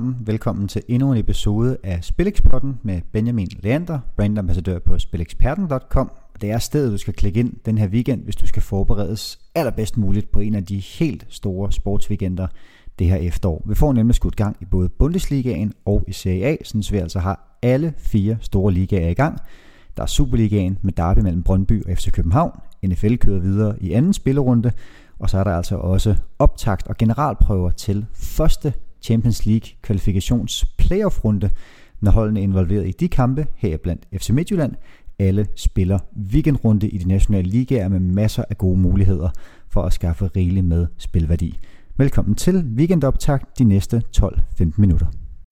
sammen. Velkommen til endnu en episode af SpilXpodden med Benjamin Leander, brandambassadør på spileksperten.com. Det er stedet, du skal klikke ind den her weekend, hvis du skal forberedes allerbedst muligt på en af de helt store sportsweekender det her efterår. Vi får nemlig skudt gang i både Bundesligaen og i Serie A, så vi altså har alle 4 store ligaer i gang. Der er Superligaen med derby mellem Brøndby og FC København. NFL kører videre i anden spillerunde. Og så er der altså også optakt og generalprøver til første Champions League kvalifikations playoff-runde, når holdene er involveret i de kampe, heriblandt FC Midtjylland. Alle spiller weekendrunde i de nationale ligaer med masser af gode muligheder for at skaffe rigeligt med spilværdi. Velkommen til weekendoptakt de næste 12-15 minutter.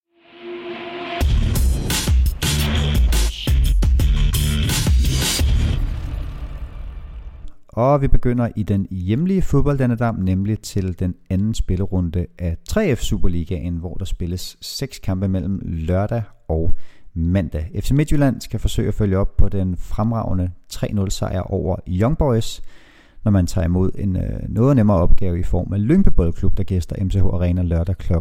Og vi begynder i den hjemlige fodbolddannedam, nemlig til den anden spillerunde af 3F Superligaen, hvor der spilles 6 kampe mellem lørdag og mandag. FC Midtjylland skal forsøge at følge op på den fremragende 3-0 sejr over Young Boys, når man tager imod en noget nemmere opgave i form af Lyngby Boldklub, der gæster MCH Arena lørdag kl.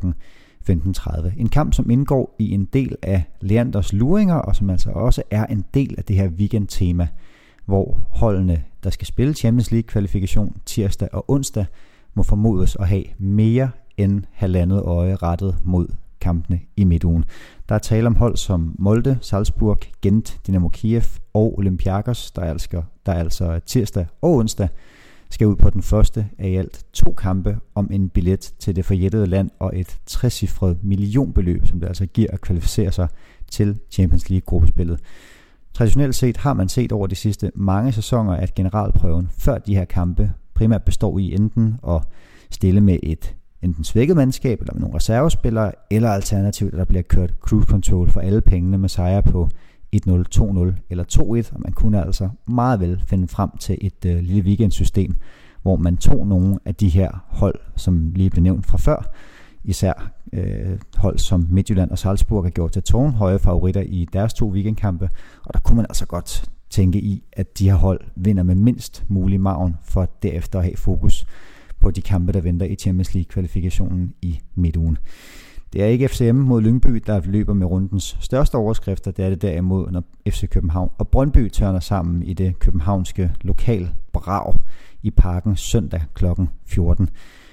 15.30. En kamp, som indgår i en del af Leanders luringer, og som altså også er en del af det her weekendtema, hvor holdene, der skal spille Champions League kvalifikation tirsdag og onsdag, må formodes at have mere end halvandet øje rettet mod kampene i midtugen. Der er tale om hold som Molde, Salzburg, Gent, Dynamo Kiev og Olympiakos, der altså tirsdag og onsdag skal ud på den første af i alt 2 kampe om en billet til det forjættede land og et 3-cifret millionbeløb, som det altså giver at kvalificere sig til Champions League gruppespillet. Traditionelt set har man set over de sidste mange sæsoner, at generalprøven før de her kampe primært består i enten at stille med et enten svækket mandskab eller med nogle reservespillere, eller alternativt, at der bliver kørt cruise control for alle pengene med sejre på 1-0, 2-0 eller 2-1, og man kunne altså meget vel finde frem til et lille weekendsystem, hvor man tog nogle af de her hold, som lige blev nævnt fra før, især hold som Midtjylland og Salzburg har gjort til tårnhøje favoritter i deres 2 weekendkampe, og der kunne man altså godt tænke i, at de her hold vinder med mindst mulig margen for derefter at have fokus på de kampe, der venter i Champions League kvalifikationen i midtugen. Det er ikke FCM mod Lyngby, der løber med rundens største overskrifter. Det er det derimod, når FC København og Brøndby tørner sammen i det københavnske lokalbrag i Parken søndag kl. 14.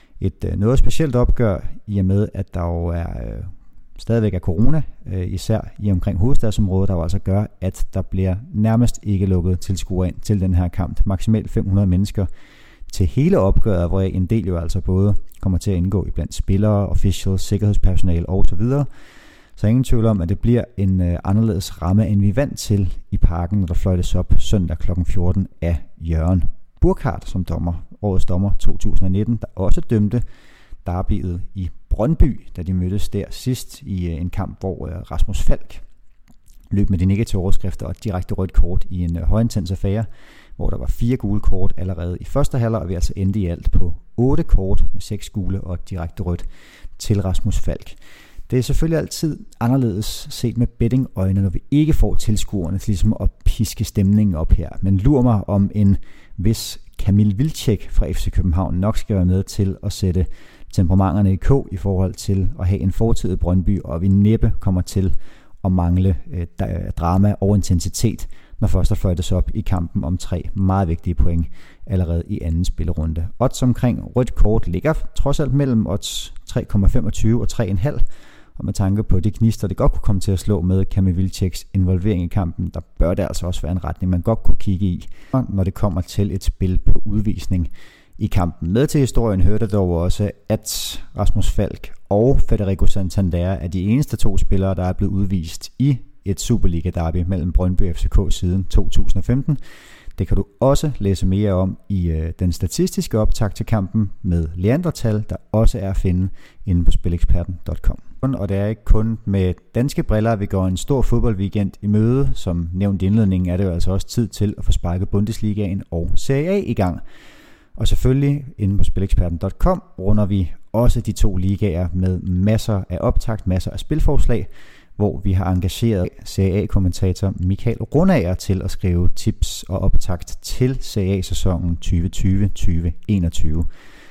Et noget specielt opgør i og med, at der jo er stadigvæk er corona, især i omkring hovedstadsområdet, der jo altså gør, at der bliver nærmest ikke lukket tilskuere ind til den her kamp. Maksimalt 500 mennesker til hele opgøret, hvor en del jo altså både kommer til at indgå i blandt spillere, officials, sikkerhedspersonale og så videre. Så ingen tvivl om, at det bliver en anderledes ramme, end vi er vant til i Parken, når der fløjtes op søndag kl. 14 af Jørgen Burkhardt som dommer, årets dommer 2019, der også dømte derbyet i Brøndby, da de mødtes der sidst i en kamp, hvor Rasmus Falk løb med de negative overskrifter og et direkte rødt kort i en højintens affære, hvor der var 4 gule kort allerede i første halvleg, og vi altså endte i alt på 8 kort med 6 gule og et direkte rødt til Rasmus Falk. Det er selvfølgelig altid anderledes set med bettingøjne, når vi ikke får tilskuerne til ligesom at piske stemningen op her. Men lur mig, om en vis Kamil Vilcek fra FC København nok skal være med til at sætte temperamenterne i kog i forhold til at have en fortid i Brøndby, og vi næppe kommer til at mangle drama og intensitet, når først der fløjtes op i kampen om 3 meget vigtige point allerede i anden spillerunde. Odds omkring rødt kort ligger trods alt mellem odds 3,25 og 3,5, og med tanke på de gnister, det godt kunne komme til at slå med Kamil Vilceks involvering i kampen, der bør det altså også være en retning, man godt kunne kigge i, når det kommer til et spil på udvisning i kampen. Med til historien hørte dog også, at Rasmus Falk og Federico Santander er de eneste 2 spillere, der er blevet udvist i et Superliga-derby mellem Brøndby og FCK siden 2015. Det kan du også læse mere om i den statistiske optakt til kampen med Leandertal, der også er at finde inde på spileksperten.com. Og det er ikke kun med danske briller, vi går en stor fodboldweekend i møde. Som nævnt i indledningen er det jo altså også tid til at få sparket Bundesligaen og Serie A i gang. Og selvfølgelig inde på spileksperten.com runder vi også de 2 ligaer med masser af optakt, masser af spilforslag, hvor vi har engageret Serie A-kommentator Michael Rundager til at skrive tips og optakt til Serie A-sæsonen 2020-2021.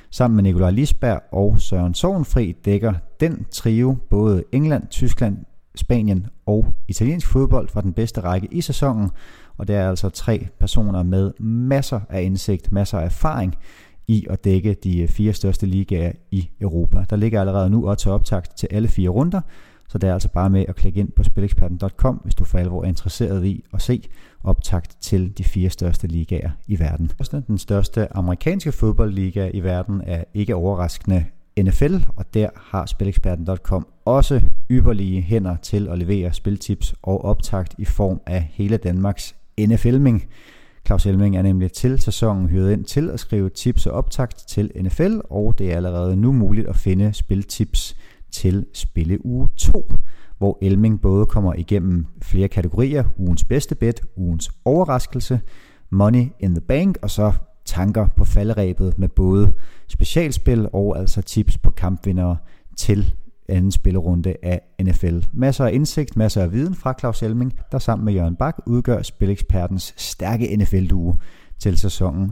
Sammen med Nikolaj Lisberg og Søren Sorgenfri dækker den trio både England, Tyskland, Spanien og italiensk fodbold fra den bedste række i sæsonen. Og det er altså 3 personer med masser af indsigt, masser af erfaring i at dække de 4 største ligaer i Europa. Der ligger allerede nu odds og optakt til alle 4 runder, så det er altså bare med at klikke ind på spileksperten.com, hvis du for alvor er interesseret i at se optakt til de 4 største ligaer i verden. Den største amerikanske fodboldliga i verden er ikke overraskende NFL, og der har spileksperten.com også ypperlige hænder til at levere spiltips og optakt i form af hele Danmarks NFL-ming. Claus Elming er nemlig til sæsonen hyret ind til at skrive tips og optakt til NFL, og det er allerede nu muligt at finde spiltips til spilleuge 2, hvor Elming både kommer igennem flere kategorier, ugens bedste bet, ugens overraskelse, money in the bank, og så tanker på falderebet med både specialspil og altså tips på kampvindere til anden spillerunde af NFL. Masser af indsigt, masser af viden fra Claus Elming, der sammen med Jørgen Bak udgør Spilekspertens stærke NFL-duo til sæsonen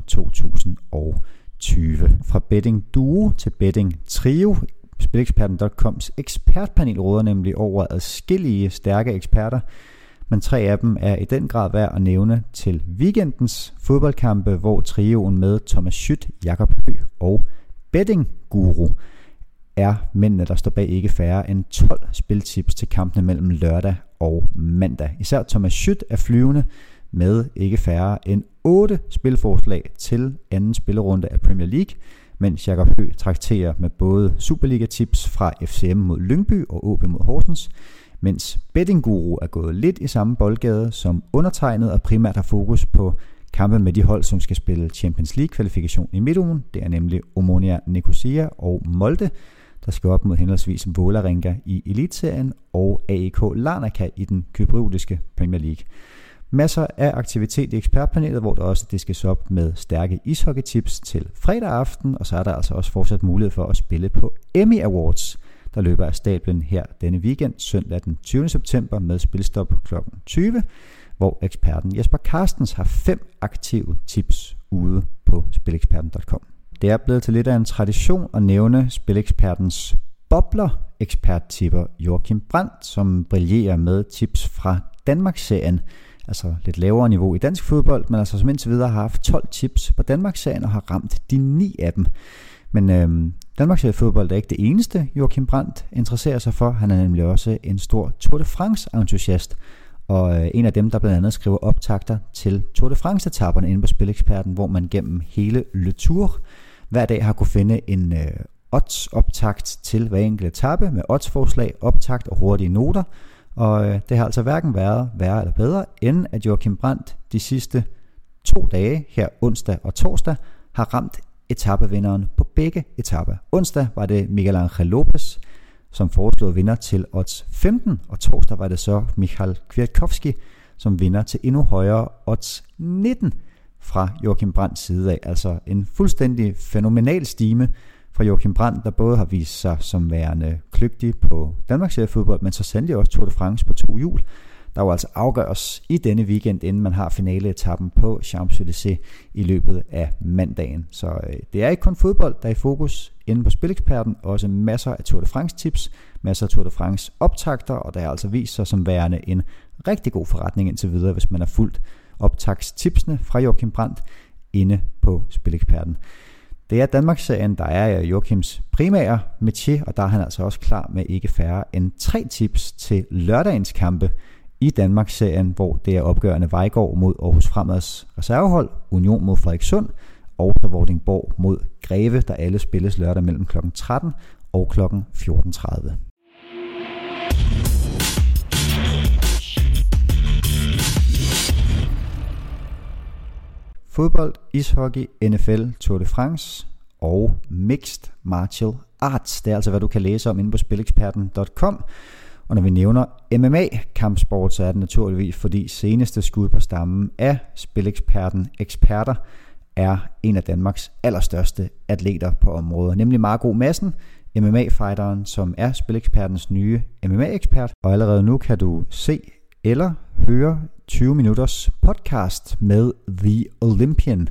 2020. Fra betting duo til betting trio. Spileksperten.coms ekspertpanel råder nemlig over adskillige stærke eksperter, men 3 af dem er i den grad værd at nævne til weekendens fodboldkampe, hvor trioen med Thomas Schütt, Jakob Høgh og Betting Guru er mændene, der står bag ikke færre end 12 spiltips til kampene mellem lørdag og mandag. Især Thomas Schütt er flyvende med ikke færre end 8 spilforslag til anden spillerunde af Premier League, mens Jakob Høgh trakterer med både Superliga-tips fra FCM mod Lyngby og AB mod Horsens, mens Betting Guru er gået lidt i samme boldgade som undertegnet og primært har fokus på kampe med de hold, som skal spille Champions League-kvalifikation i midtugen. Det er nemlig Omonia Nicosia og Molde, der skal op mod henholdsvis Vålerenga i Elitserien og AEK Larnaca i den cypriotiske Premier League. Masser af aktivitet i ekspertpanelet, hvor der også diskes op med stærke ishockeytips til fredag aften, og så er der altså også fortsat mulighed for at spille på Emmy Awards, der løber af stablen her denne weekend, søndag den 20. september med spilstop kl. 20, hvor eksperten Jesper Carstens har 5 aktive tips ude på spileksperten.com. Det er blevet til lidt af en tradition at nævne Spilekspertens bobler-eksperttipper Joachim Brandt, som brillerer med tips fra Danmarksserien, altså lidt lavere niveau i dansk fodbold, men altså som indtil videre har haft 12 tips på Danmarksserien og har ramt de 9 af dem. Men Danmarksserien fodbold er ikke det eneste, Joachim Brandt interesserer sig for. Han er nemlig også en stor Tour de France-entusiast, og en af dem, der blandt andet skriver optakter til Tour de France-etaperne inde på Spileksperten, hvor man gennem hele Le Tour hver dag har kunne finde en odds-optakt til hver enkelt etape med oddsforslag, optakt og hurtige noter. Og det har altså hverken været værre eller bedre, end at Joachim Brandt de sidste 2 dage, her onsdag og torsdag, har ramt etapevinderen på begge etaper. Onsdag var det Miguel Angel Lopez, som foreslog vinder til odds 15, og torsdag var det så Michal Kwiatkowski, som vinder til endnu højere odds 19 fra Joachim Brandts side af. Altså en fuldstændig fænomenal stime fra Joachim Brandt, der både har vist sig som værende kløgtig på Danmarks seriefodbold, men så sandelig også Tour de France på 2 hjul, der jo altså afgøres i denne weekend, inden man har finaleetappen på Champs-Élysées i løbet af mandagen. Så det er ikke kun fodbold, der er i fokus inde på Spileksperten, også masser af Tour de France tips, masser af Tour de France optakter, og der er altså vist sig som værende en rigtig god forretning indtil videre, hvis man har fulgt optagstipsene fra Joachim Brandt inde på Spileksperten. Det er Danmarksserien, der er Joachims primære métier, og der er han altså også klar med ikke færre end 3 tips til lørdagens kampe i Danmarksserien, hvor det er opgørende Vejgaard mod Aarhus Fremads reservehold, Union mod Frederikssund og Vordingborg mod Greve, der alle spilles lørdag mellem kl. 13 og kl. 14.30. Fodbold, ishockey, NFL, Tour de France og Mixed Martial Arts. Det er altså, hvad du kan læse om inde på spileksperten.com. Og når vi nævner MMA-kampsport, så er det naturligvis, fordi seneste skud på stammen af Spileksperten eksperter er en af Danmarks allerstørste atleter på området, nemlig Margot Madsen, MMA-fighteren, som er Spilekspertens nye MMA-ekspert. Og allerede nu kan du se eller høre 20 minutters podcast med The Olympian,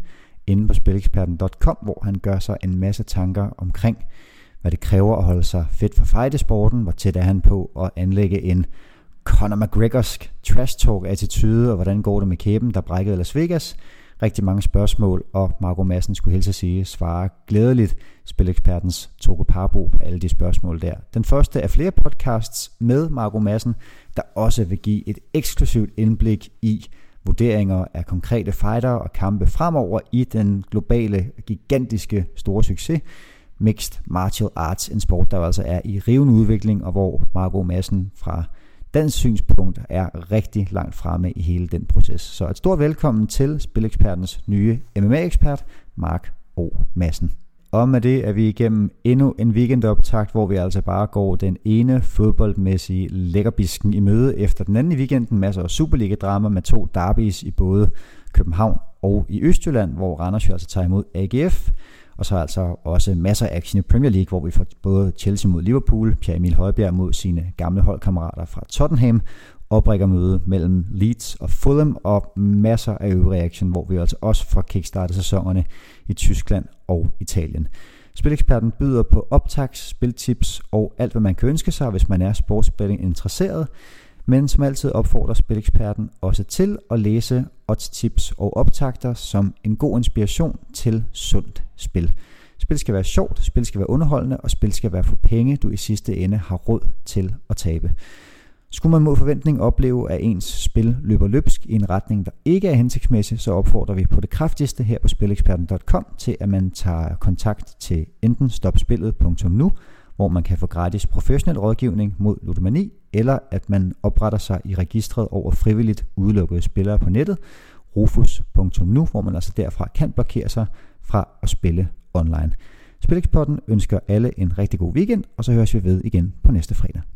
inde på spileksperten.com, hvor han gør sig en masse tanker omkring, hvad det kræver at holde sig fedt for fightersporten, hvor tæt er han på at anlægge en Conor McGregorsk trash talk attitude, og hvordan går det med kæben, der brækkede Las Vegas. Rigtig mange spørgsmål, og Marco Madsen skulle helst at sige, svarer glædeligt Spilekspertens Togo Parbo på alle de spørgsmål der. Den første af flere podcasts med Marco Madsen, der også vil give et eksklusivt indblik i vurderinger af konkrete fighter og kampe fremover i den globale, gigantiske, store succes Mixed Martial Arts, en sport, der altså er i rivende udvikling, og hvor Marco Madsen fra dansk synspunkt er rigtig langt fremme i hele den proces. Så et stort velkommen til Spilekspertens nye MMA-ekspert, Mark O. Madsen. Og med det er vi igennem endnu en weekendoptakt, hvor vi altså bare går den ene fodboldmæssige lækkerbisken i møde efter den anden i weekenden. Masser af Superliga-drama med 2 derbys i både København og i Østjylland, hvor Randers altså tager imod AGF. Og så altså også masser af action i Premier League, hvor vi får både Chelsea mod Liverpool, Pierre Emil Højbjerg mod sine gamle holdkammerater fra Tottenham, oprækkermøde mellem Leeds og Fulham, og masser af øvrige action, hvor vi altså også får kickstartet sæsonerne i Tyskland og Italien. Spileksperten byder på optags, spiltips og alt, hvad man kan ønske sig, hvis man er sportsbetting interesseret. Men som altid opfordrer Spileksperten også til at læse odds-tips og optakter som en god inspiration til sundt spil. Spil skal være sjovt, spil skal være underholdende, og spil skal være for penge, du i sidste ende har råd til at tabe. Skulle man mod forventning opleve, at ens spil løber løbsk i en retning, der ikke er hensigtsmæssig, så opfordrer vi på det kraftigste her på spileksperten.com til, at man tager kontakt til enten stopspillet.nu, hvor man kan få gratis professionel rådgivning mod ludomani, eller at man opretter sig i registret over frivilligt udelukkede spillere på nettet, rufus.nu, hvor man altså derfra kan blokere sig fra at spille online. Spileksperten ønsker alle en rigtig god weekend, og så høres vi ved igen på næste fredag.